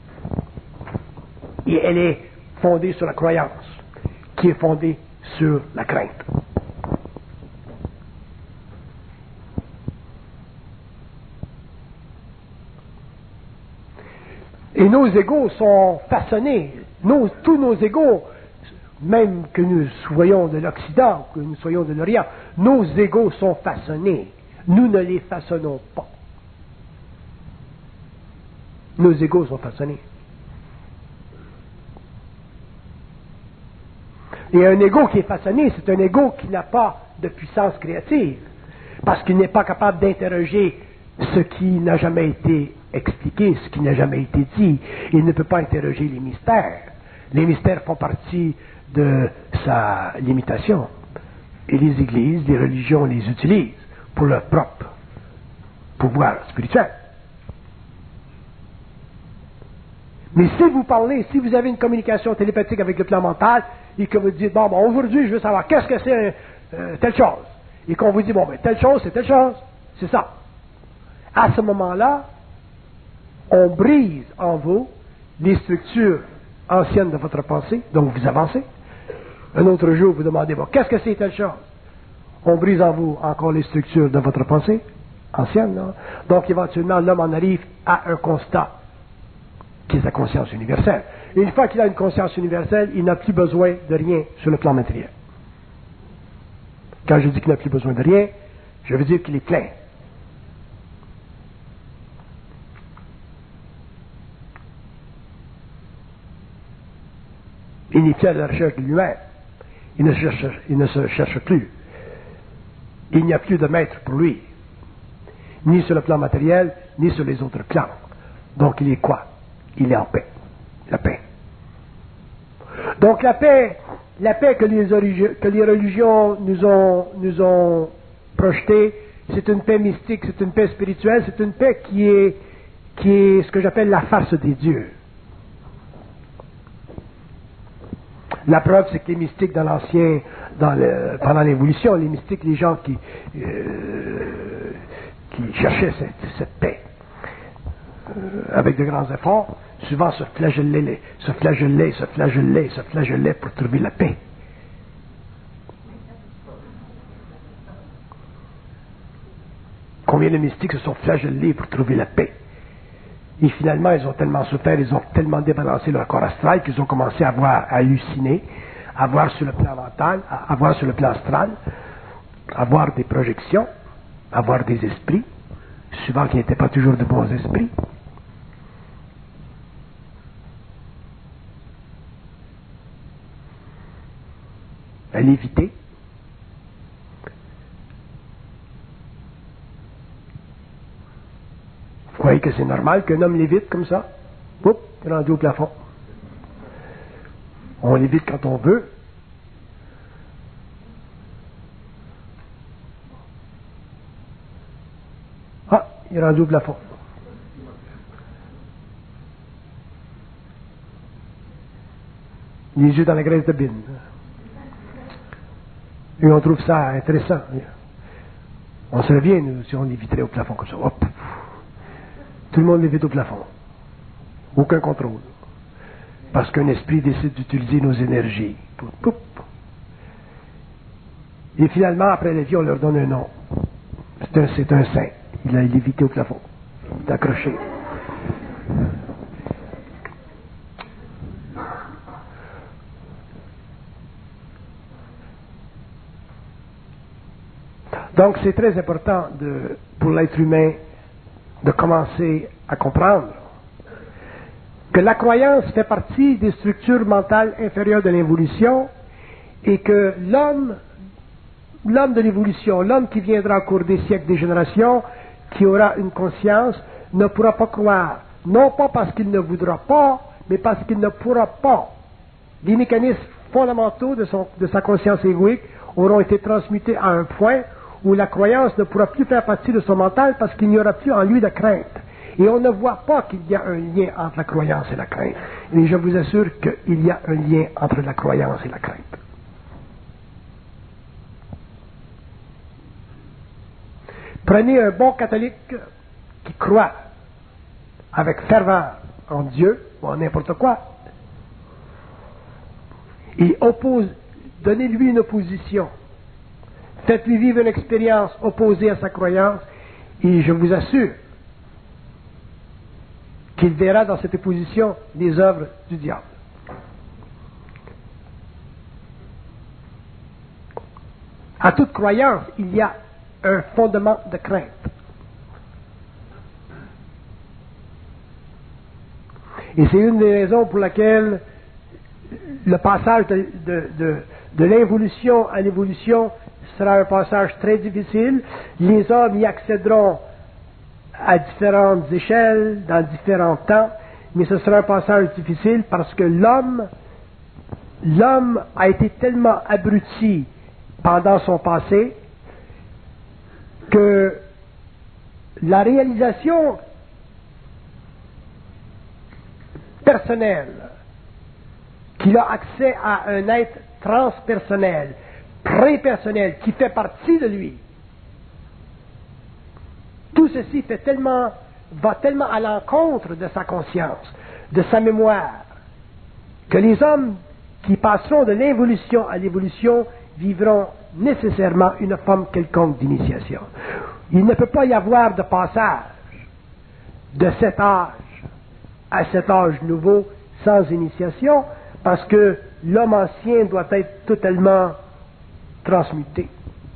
Et elle est fondée sur la croyance, qui est fondée sur la crainte. Et nos égos sont façonnés, nos, tous nos égos, même que nous soyons de l'Occident, que nous soyons de l'Orient, nos égos sont façonnés. Nous ne les façonnons pas. Nos égos sont façonnés. Et un égo qui est façonné, c'est un égo qui n'a pas de puissance créative, parce qu'il n'est pas capable d'interroger ce qui n'a jamais été expliqué, ce qui n'a jamais été dit. Il ne peut pas interroger les mystères. Les mystères font partie de sa limitation. Et les églises, les religions les utilisent pour leur propre pouvoir spirituel. Mais si vous parlez, si vous avez une communication télépathique avec le plan mental, et que vous dites, bon, bon aujourd'hui, je veux savoir qu'est-ce que c'est euh, telle chose, et qu'on vous dit, bon, ben, telle chose, c'est telle chose, c'est ça. À ce moment-là, on brise en vous les structures anciennes de votre pensée, donc vous avancez. Un autre jour, vous demandez, bon, qu'est-ce que c'est telle chose? On brise en vous encore les structures de votre pensée ancienne, non? Donc éventuellement, l'homme en arrive à un constat, qui est sa conscience universelle. Et une fois qu'il a une conscience universelle, il n'a plus besoin de rien sur le plan matériel. Quand je dis qu'il n'a plus besoin de rien, je veux dire qu'il est plein. Il n'est plus à la recherche de lui-même. Il ne, cherche, il ne se cherche plus. Il n'y a plus de maître pour lui, ni sur le plan matériel, ni sur les autres plans. Donc il est quoi? Il est en paix. La paix. Donc la paix, la paix que les, origi- que les religions nous ont, nous ont projetée, c'est une paix mystique, c'est une paix spirituelle, c'est une paix qui est, qui est ce que j'appelle la face des dieux. La preuve, c'est que les mystiques dans l'ancien, dans le, pendant l'évolution, les mystiques, les gens qui, euh, qui cherchaient cette, cette paix, euh, avec de grands efforts, souvent se flagellaient, se flagellaient, se flagellaient, se flagellaient pour trouver la paix. Combien de mystiques se sont flagellés pour trouver la paix? Et finalement, ils ont tellement souffert, ils ont tellement débalancé leur corps astral qu'ils ont commencé à voir, à halluciner, à voir sur le plan mental, à voir sur le plan astral, à voir des projections, à voir des esprits, souvent qui n'étaient pas toujours de bons esprits. À l'éviter. Vous croyez que c'est normal qu'un homme lévite comme ça? Oups, il est rendu au plafond. On lévite quand on veut. Ah, il est rendu au plafond. Les yeux dans la graisse de bine. Et on trouve ça intéressant. On se revient, nous, si on léviterait au plafond comme ça. Hop. Tout le monde lévite au plafond. Aucun contrôle. Parce qu'un esprit décide d'utiliser nos énergies. Poup, poup. Et finalement, après la vie, on leur donne un nom. C'est un, c'est un saint. Il a lévité au plafond. Il est accroché. Donc c'est très important de, pour l'être humain de commencer à comprendre que la croyance fait partie des structures mentales inférieures de l'évolution et que l'homme, l'homme de l'évolution, l'homme qui viendra au cours des siècles, des générations, qui aura une conscience, ne pourra pas croire, non pas parce qu'il ne voudra pas, mais parce qu'il ne pourra pas. Les mécanismes fondamentaux de, son, de sa conscience égoïque auront été transmutés à un point où la croyance ne pourra plus faire partie de son mental parce qu'il n'y aura plus en lui de crainte. Et on ne voit pas qu'il y a un lien entre la croyance et la crainte. Et je vous assure qu'il y a un lien entre la croyance et la crainte. Prenez un bon catholique qui croit avec ferveur en Dieu ou en n'importe quoi et oppose, donnez-lui une opposition. Faites-lui vivre une expérience opposée à sa croyance et je vous assure qu'il verra dans cette opposition les œuvres du diable. À toute croyance, il y a un fondement de crainte. Et c'est une des raisons pour laquelle le passage de, de, de, de l'involution à l'évolution sera un passage très difficile. Les hommes y accéderont à différentes échelles, dans différents temps, mais ce sera un passage difficile parce que l'homme, l'homme a été tellement abruti pendant son passé que la réalisation personnelle qu'il a accès à un être transpersonnel, pré-personnel, qui fait partie de lui. Tout ceci fait tellement, va tellement à l'encontre de sa conscience, de sa mémoire, que les hommes qui passeront de l'involution à l'évolution vivront nécessairement une forme quelconque d'initiation. Il ne peut pas y avoir de passage de cet âge à cet âge nouveau sans initiation, parce que l'homme ancien doit être totalement transmuté.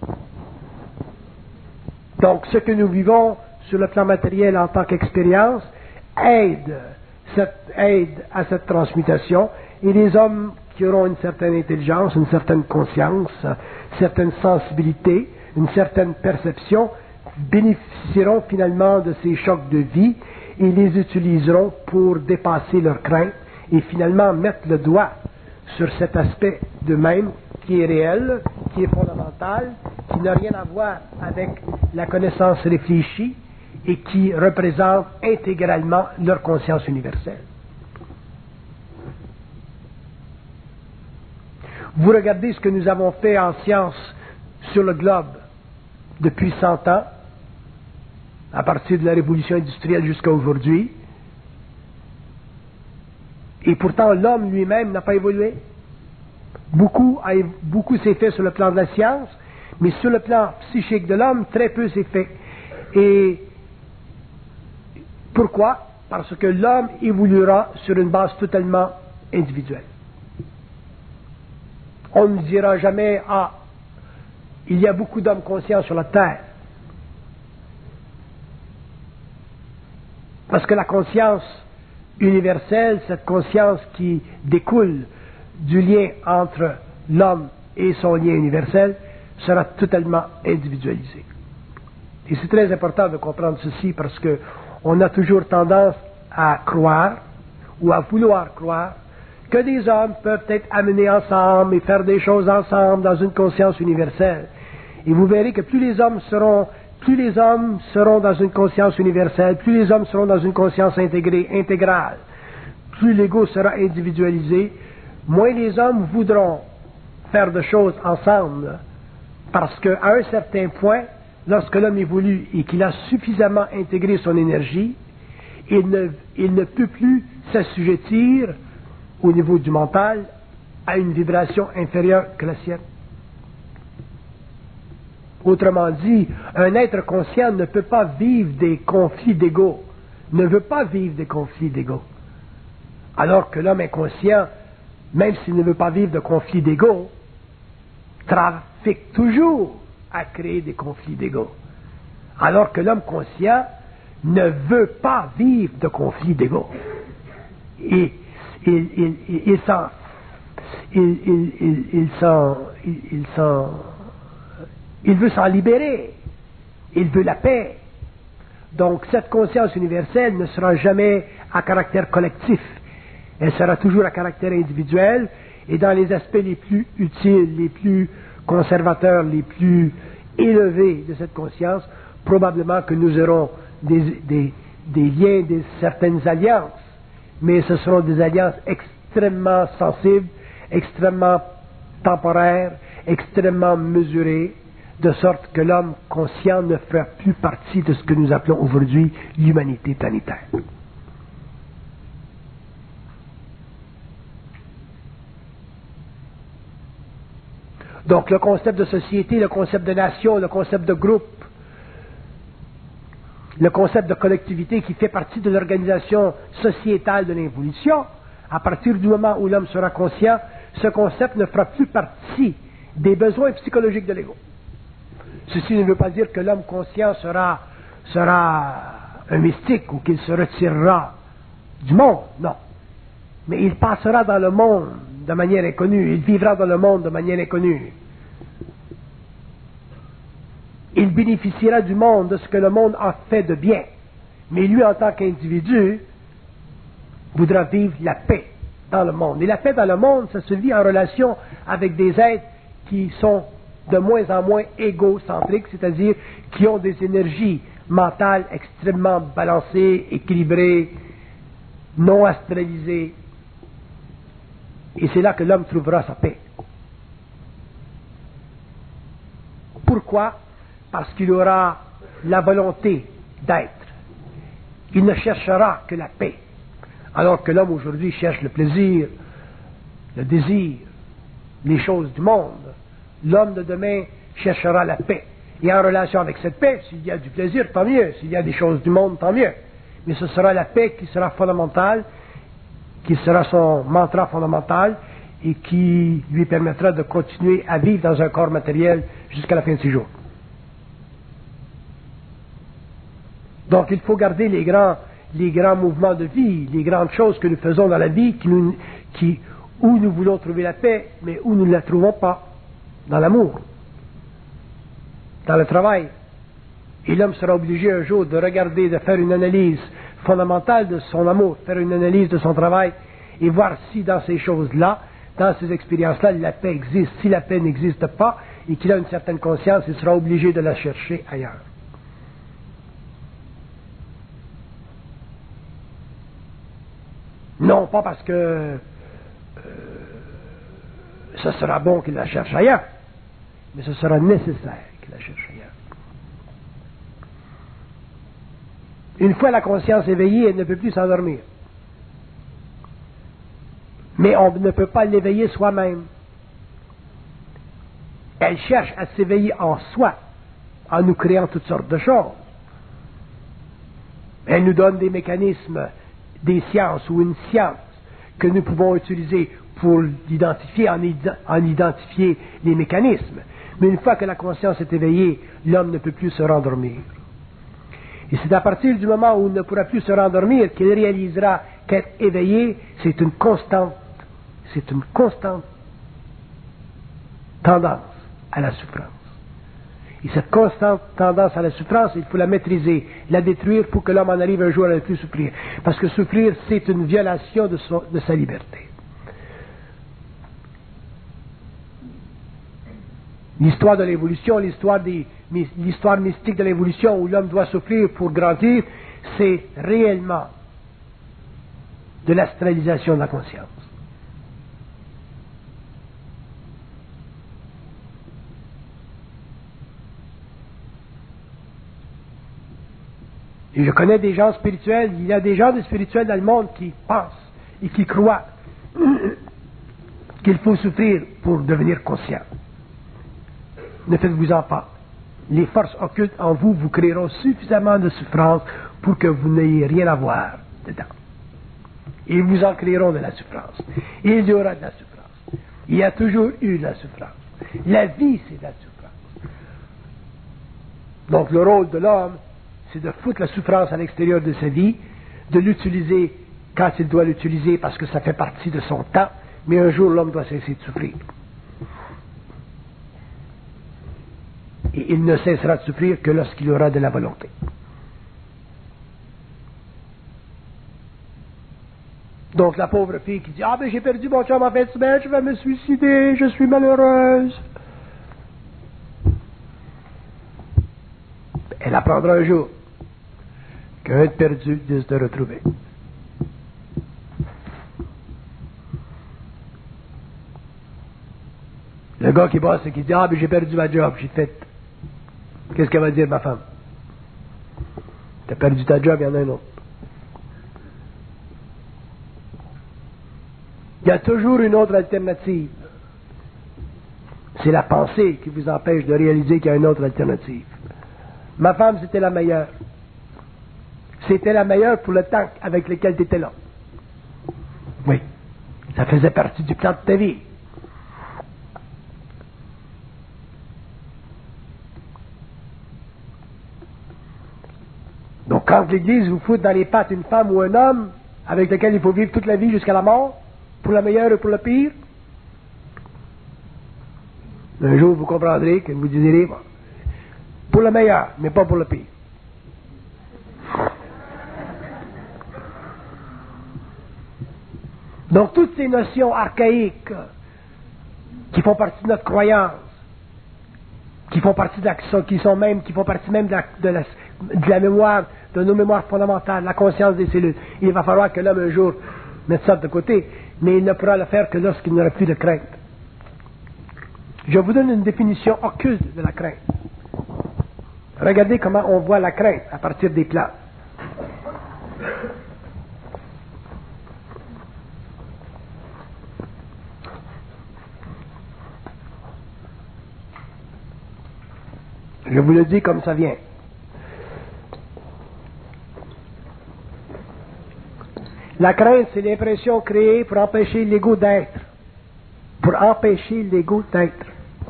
Donc, ce que nous vivons sur le plan matériel en tant qu'expérience aide, cette, aide à cette transmutation, et les hommes qui auront une certaine intelligence, une certaine conscience, une certaine sensibilité, une certaine perception, bénéficieront finalement de ces chocs de vie et les utiliseront pour dépasser leurs craintes et finalement mettre le doigt sur cet aspect d'eux-mêmes qui est réel, qui est fondamental, qui n'a rien à voir avec la connaissance réfléchie et qui représente intégralement leur conscience universelle. Vous regardez ce que nous avons fait en science sur le globe depuis cent ans, à partir de la révolution industrielle jusqu'à aujourd'hui, et pourtant l'homme lui-même n'a pas évolué. Beaucoup, a, beaucoup s'est fait sur le plan de la science, mais sur le plan psychique de l'homme, très peu s'est fait. Et pourquoi? Parce que l'homme évoluera sur une base totalement individuelle. On ne dira jamais, ah, il y a beaucoup d'hommes conscients sur la terre. Parce que la conscience universelle, cette conscience qui découle du lien entre l'homme et son lien universel, sera totalement individualisée. Et c'est très important de comprendre ceci parce que on a toujours tendance à croire ou à vouloir croire que des hommes peuvent être amenés ensemble et faire des choses ensemble dans une conscience universelle. Et vous verrez que plus les hommes seront, plus les hommes seront dans une conscience universelle, plus les hommes seront dans une conscience intégrée, intégrale, plus l'ego sera individualisé, moins les hommes voudront faire de choses ensemble. Parce qu'à un certain point, lorsque l'homme évolue et qu'il a suffisamment intégré son énergie, il ne, il ne peut plus s'assujettir au niveau du mental à une vibration inférieure que la sienne. Autrement dit, un être conscient ne peut pas vivre des conflits d'ego, ne veut pas vivre des conflits d'ego. Alors que l'homme inconscient, même s'il ne veut pas vivre de conflits d'ego, trafique toujours à créer des conflits d'ego. Alors que l'homme conscient ne veut pas vivre de conflits d'ego. Et il, il, il, il s'en, il, il, il, il s'en, il, il s'en, il veut s'en libérer. Il veut la paix. Donc cette conscience universelle ne sera jamais à caractère collectif. Elle sera toujours à caractère individuel et dans les aspects les plus utiles, les plus conservateurs, les plus élevés de cette conscience, probablement que nous aurons des, des, des liens, des, certaines alliances, mais ce seront des alliances extrêmement sensibles, extrêmement temporaires, extrêmement mesurées, de sorte que l'homme conscient ne fera plus partie de ce que nous appelons aujourd'hui l'humanité planétaire. Donc le concept de société, le concept de nation, le concept de groupe, le concept de collectivité qui fait partie de l'organisation sociétale de l'évolution, à partir du moment où l'homme sera conscient, ce concept ne fera plus partie des besoins psychologiques de l'ego. Ceci ne veut pas dire que l'homme conscient sera, sera un mystique ou qu'il se retirera du monde, non. Mais il passera dans le monde de manière inconnue, il vivra dans le monde de manière inconnue. Il bénéficiera du monde, de ce que le monde a fait de bien. Mais lui, en tant qu'individu, voudra vivre la paix dans le monde. Et la paix dans le monde, ça se vit en relation avec des êtres qui sont de moins en moins égocentriques, c'est-à-dire qui ont des énergies mentales extrêmement balancées, équilibrées, non astralisées. Et c'est là que l'homme trouvera sa paix. Pourquoi? Parce qu'il aura la volonté d'être. Il ne cherchera que la paix. Alors que l'homme aujourd'hui cherche le plaisir, le désir, les choses du monde. L'homme de demain cherchera la paix. Et en relation avec cette paix, s'il y a du plaisir, tant mieux. S'il y a des choses du monde, tant mieux. Mais ce sera la paix qui sera fondamentale, qui sera son mantra fondamental et qui lui permettra de continuer à vivre dans un corps matériel jusqu'à la fin de ses jours. Donc il faut garder les grands, les grands mouvements de vie, les grandes choses que nous faisons dans la vie, qui nous, qui, où nous voulons trouver la paix, mais où nous ne la trouvons pas. Dans l'amour, dans le travail. Et l'homme sera obligé un jour de regarder, de faire une analyse fondamentale de son amour, faire une analyse de son travail et voir si dans ces choses-là, dans ces expériences-là, la paix existe. Si la paix n'existe pas et qu'il a une certaine conscience, il sera obligé de la chercher ailleurs. Non pas parce que euh, ce sera bon qu'il la cherche ailleurs, mais ce sera nécessaire qu'il la cherche ailleurs. Une fois la conscience éveillée, elle ne peut plus s'endormir. Mais on ne peut pas l'éveiller soi-même. Elle cherche à s'éveiller en soi, en nous créant toutes sortes de choses. Elle nous donne des mécanismes, des sciences ou une science que nous pouvons utiliser pour l'identifier, en, id- en identifier les mécanismes. Mais une fois que la conscience est éveillée, l'homme ne peut plus se rendormir. Et c'est à partir du moment où il ne pourra plus se rendormir qu'il réalisera qu'être éveillé, c'est une constante, c'est une constante tendance à la souffrance. Et cette constante tendance à la souffrance, il faut la maîtriser, la détruire pour que l'homme en arrive un jour à ne plus souffrir. Parce que souffrir, c'est une violation de, son, de sa liberté. L'histoire de l'évolution, l'histoire, des, l'histoire mystique de l'évolution où l'homme doit souffrir pour grandir, c'est réellement de l'astralisation de la conscience. Et je connais des gens spirituels, il y a des gens de spirituels dans le monde qui pensent et qui croient qu'il faut souffrir pour devenir conscient. Ne faites-vous-en pas. Les forces occultes en vous vous créeront suffisamment de souffrance pour que vous n'ayez rien à voir dedans. Ils vous en créeront de la souffrance. Et il y aura de la souffrance. Il y a toujours eu de la souffrance. La vie, c'est de la souffrance. Donc le rôle de l'homme, c'est de foutre la souffrance à l'extérieur de sa vie, de l'utiliser quand il doit l'utiliser parce que ça fait partie de son temps, mais un jour l'homme doit cesser de souffrir. Et il ne cessera de souffrir que lorsqu'il aura de la volonté. Donc la pauvre fille qui dit « Ah ben j'ai perdu mon chum en fin de semaine, je vais me suicider, je suis malheureuse. » Elle apprendra un jour qu'un de perdu, dix de retrouvé. Le gars qui bosse et qui dit « Ah ben j'ai perdu ma job, j'ai fait. » Qu'est-ce qu'elle va dire, ma femme? T'as perdu ta job, il y en a un autre. Il y a toujours une autre alternative. C'est la pensée qui vous empêche de réaliser qu'il y a une autre alternative. Ma femme, c'était la meilleure. C'était la meilleure pour le temps avec lequel tu étais là. Oui. Ça faisait partie du plan de ta vie. Donc, quand l'Église vous fout dans les pattes une femme ou un homme avec lequel il faut vivre toute la vie jusqu'à la mort, pour la meilleure et pour le pire, un jour vous comprendrez que vous direz pour le meilleur, mais pas pour le pire. Donc, toutes ces notions archaïques qui font partie de notre croyance, qui font partie de la, qui sont même, qui font partie même de la, de la, de la mémoire, de nos mémoires fondamentales, la conscience des cellules. Il va falloir que l'homme un jour mette ça de côté, mais il ne pourra le faire que lorsqu'il n'aura plus de crainte. Je vous donne une définition occulte de la crainte. Regardez comment on voit la crainte à partir des plans. Je vous le dis comme ça vient. La crainte, c'est l'impression créée pour empêcher l'ego d'être. Pour empêcher l'ego d'être.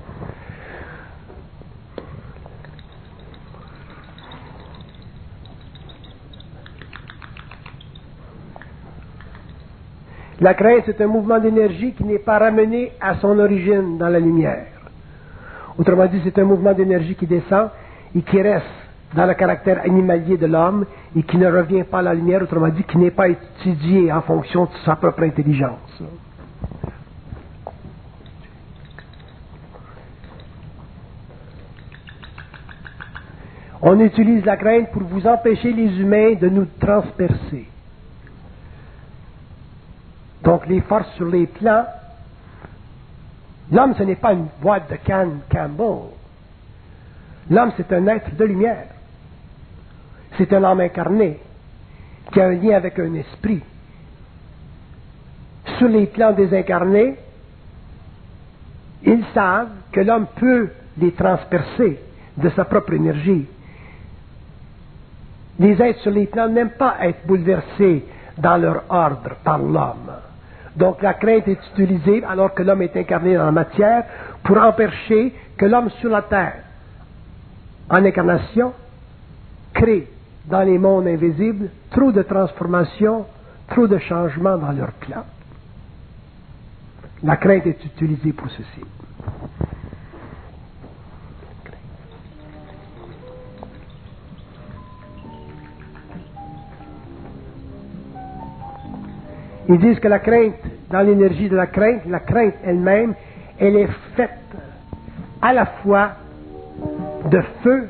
La crainte, c'est un mouvement d'énergie qui n'est pas ramené à son origine dans la lumière. Autrement dit, c'est un mouvement d'énergie qui descend et qui reste dans le caractère animalier de l'homme et qui ne revient pas à la lumière, autrement dit, qui n'est pas étudié en fonction de sa propre intelligence. On utilise la crainte pour vous empêcher, les humains, de nous transpercer. Donc, les forces sur les plans, l'homme, ce n'est pas une boîte de canne Campbell. L'homme, c'est un être de lumière. C'est un homme incarné qui a un lien avec un esprit. Sur les plans désincarnés, ils savent que l'homme peut les transpercer de sa propre énergie. Les êtres sur les plans n'aiment pas être bouleversés dans leur ordre par l'homme. Donc la crainte est utilisée alors que l'homme est incarné dans la matière pour empêcher que l'homme sur la terre, en incarnation, crée dans les mondes invisibles trop de transformations, trop de changements dans leur plan. La crainte est utilisée pour ceci. Ils disent que la crainte, dans l'énergie de la crainte, la crainte elle-même, elle est faite à la fois de feu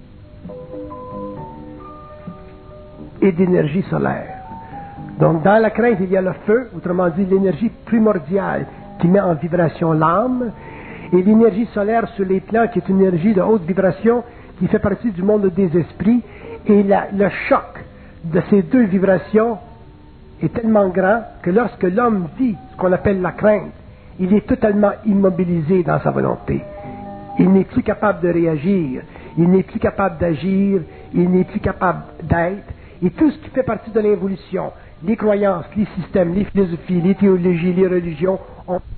et d'énergie solaire. Donc dans la crainte, il y a le feu, autrement dit l'énergie primordiale qui met en vibration l'âme, et l'énergie solaire sur les plans qui est une énergie de haute vibration qui fait partie du monde des esprits, et la, le choc de ces deux vibrations est tellement grand que lorsque l'homme vit ce qu'on appelle la crainte, il est totalement immobilisé dans sa volonté. Il n'est plus capable de réagir, il n'est plus capable d'agir, il n'est plus capable d'être. Et tout ce qui fait partie de l'évolution, les croyances, les systèmes, les philosophies, les théologies, les religions, ont